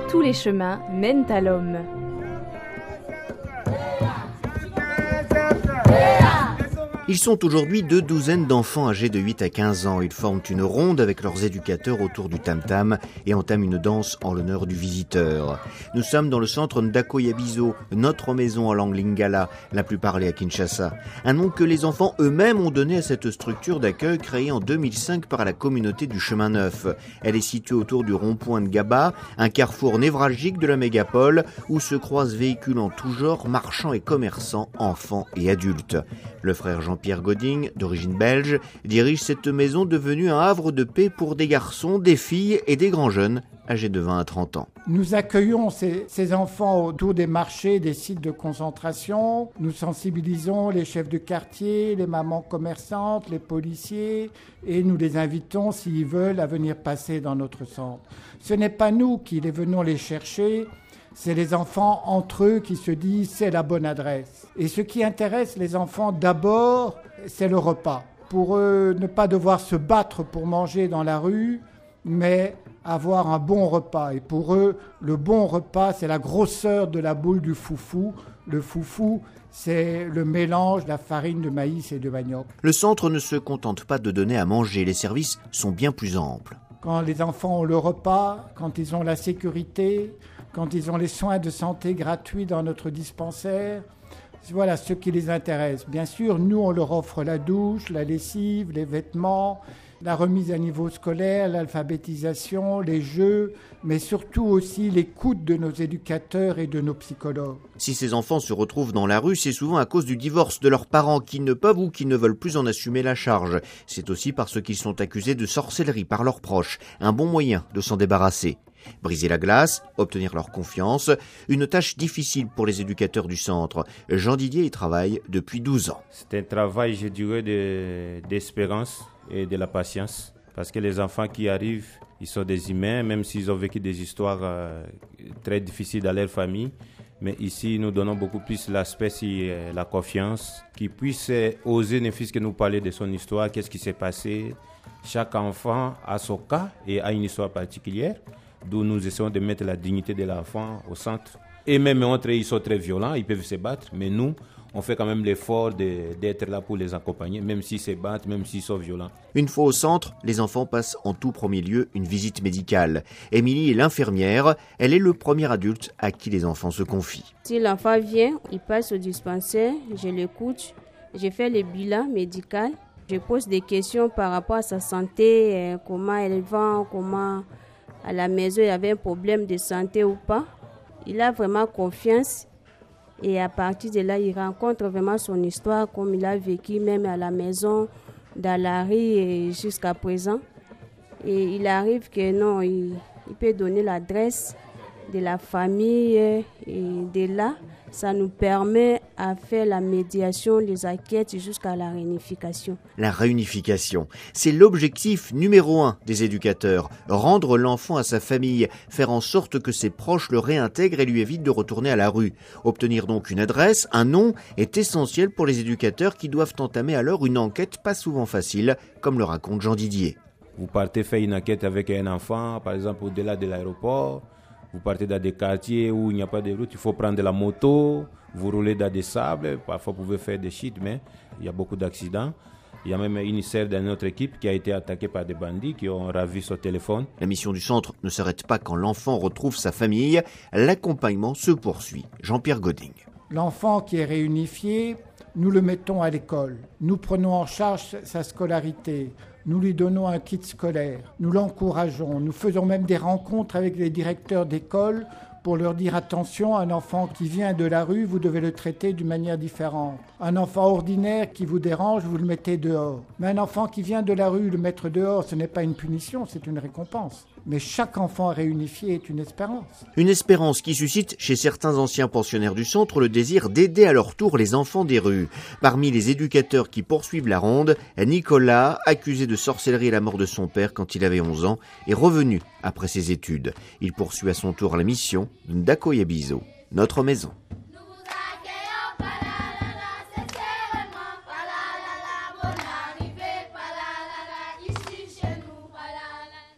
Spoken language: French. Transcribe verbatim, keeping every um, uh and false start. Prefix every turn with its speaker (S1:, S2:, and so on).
S1: Tous les chemins mènent à l'homme.
S2: Ils sont aujourd'hui deux douzaines d'enfants âgés de huit à quinze ans. Ils forment une ronde avec leurs éducateurs autour du tam-tam et entament une danse en l'honneur du visiteur. Nous sommes dans le centre Ndako Yabizo, notre maison en langue lingala, la plus parlée à Kinshasa. Un nom que les enfants eux-mêmes ont donné à cette structure d'accueil créée en deux mille cinq par la communauté du Chemin Neuf. Elle est située autour du rond-point de Gaba, un carrefour névralgique de la mégapole où se croisent véhicules en tout genre, marchands et commerçants, enfants et adultes. Le frère Jean-Pierre Goding, d'origine belge, dirige cette maison devenue un havre de paix pour des garçons, des filles et des grands jeunes âgés de vingt à trente ans.
S3: Nous accueillons ces, ces enfants autour des marchés, des sites de concentration. Nous sensibilisons les chefs de quartier, les mamans commerçantes, les policiers et nous les invitons, s'ils veulent, à venir passer dans notre centre. Ce n'est pas nous qui les venons les chercher. C'est les enfants entre eux qui se disent c'est la bonne adresse. Et ce qui intéresse les enfants d'abord, c'est le repas. Pour eux, ne pas devoir se battre pour manger dans la rue, mais avoir un bon repas. Et pour eux, le bon repas, c'est la grosseur de la boule du foufou. Le foufou, c'est le mélange de la farine de maïs et de manioc.
S2: Le centre ne se contente pas de donner à manger, les services sont bien plus amples.
S3: Quand les enfants ont le repas, quand ils ont la sécurité, quand ils ont les soins de santé gratuits dans notre dispensaire, voilà ce qui les intéresse. Bien sûr, nous, on leur offre la douche, la lessive, les vêtements, la remise à niveau scolaire, l'alphabétisation, les jeux, mais surtout aussi l'écoute de nos éducateurs et de nos psychologues.
S2: Si ces enfants se retrouvent dans la rue, c'est souvent à cause du divorce de leurs parents qui ne peuvent ou qui ne veulent plus en assumer la charge. C'est aussi parce qu'ils sont accusés de sorcellerie par leurs proches, un bon moyen de s'en débarrasser. Briser la glace, obtenir leur confiance, une tâche difficile pour les éducateurs du centre. Jean Didier y travaille depuis douze ans.
S4: C'est un travail, je dirais, de, d'espérance et de la patience. Parce que les enfants qui arrivent, ils sont des humains, même s'ils ont vécu des histoires euh, très difficiles dans leur famille. Mais ici, nous donnons beaucoup plus l'aspect, si, euh, la confiance, qu'ils puissent euh, oser, ne fût-ce que nous parler de son histoire, qu'est-ce qui s'est passé. Chaque enfant a son cas et a une histoire particulière. D'où nous essayons de mettre la dignité de l'enfant au centre. Et même entre eux, ils sont très violents, ils peuvent se battre, mais nous, on fait quand même l'effort de, d'être là pour les accompagner, même s'ils se battent, même s'ils sont violents.
S2: Une fois au centre, les enfants passent en tout premier lieu une visite médicale. Émilie est l'infirmière, elle est le premier adulte à qui les enfants se confient.
S5: Si l'enfant vient, il passe au dispensaire, je l'écoute, je fais le bilan médical, je pose des questions par rapport à sa santé, euh, comment elle va, comment... à la maison, il y avait un problème de santé ou pas. Il a vraiment confiance et à partir de là, il rencontre vraiment son histoire comme il a vécu même à la maison, dans la rue et jusqu'à présent. Et il arrive que non, il, il peut donner l'adresse de la famille et de là, ça nous permet à faire la médiation, les enquêtes jusqu'à la réunification.
S2: La réunification, c'est l'objectif numéro un des éducateurs. Rendre l'enfant à sa famille, faire en sorte que ses proches le réintègrent et lui évitent de retourner à la rue. Obtenir donc une adresse, un nom, est essentiel pour les éducateurs qui doivent entamer alors une enquête pas souvent facile, comme le raconte Jean Didier.
S4: Vous partez faire une enquête avec un enfant, par exemple au-delà de l'aéroport. Vous partez dans des quartiers où il n'y a pas de route, il faut prendre la moto, vous roulez dans des sables, parfois vous pouvez faire des chutes, mais il y a beaucoup d'accidents. Il y a même une sœur de notre équipe qui a été attaquée par des bandits qui ont ravi son téléphone.
S2: La mission du centre ne s'arrête pas quand l'enfant retrouve sa famille, l'accompagnement se poursuit. Jean-Pierre Goding.
S3: L'enfant qui est réunifié, nous le mettons à l'école. Nous prenons en charge sa scolarité. Nous lui donnons un kit scolaire. Nous l'encourageons. Nous faisons même des rencontres avec les directeurs d'école pour leur dire attention, un enfant qui vient de la rue, vous devez le traiter d'une manière différente. Un enfant ordinaire qui vous dérange, vous le mettez dehors. Mais un enfant qui vient de la rue, le mettre dehors, ce n'est pas une punition, c'est une récompense. Mais chaque enfant réunifié est une espérance.
S2: Une espérance qui suscite chez certains anciens pensionnaires du centre le désir d'aider à leur tour les enfants des rues. Parmi les éducateurs qui poursuivent la ronde, Nicolas, accusé de sorcellerie à la mort de son père quand il avait onze ans, est revenu après ses études. Il poursuit à son tour la mission de Ndako Yabizo, notre maison.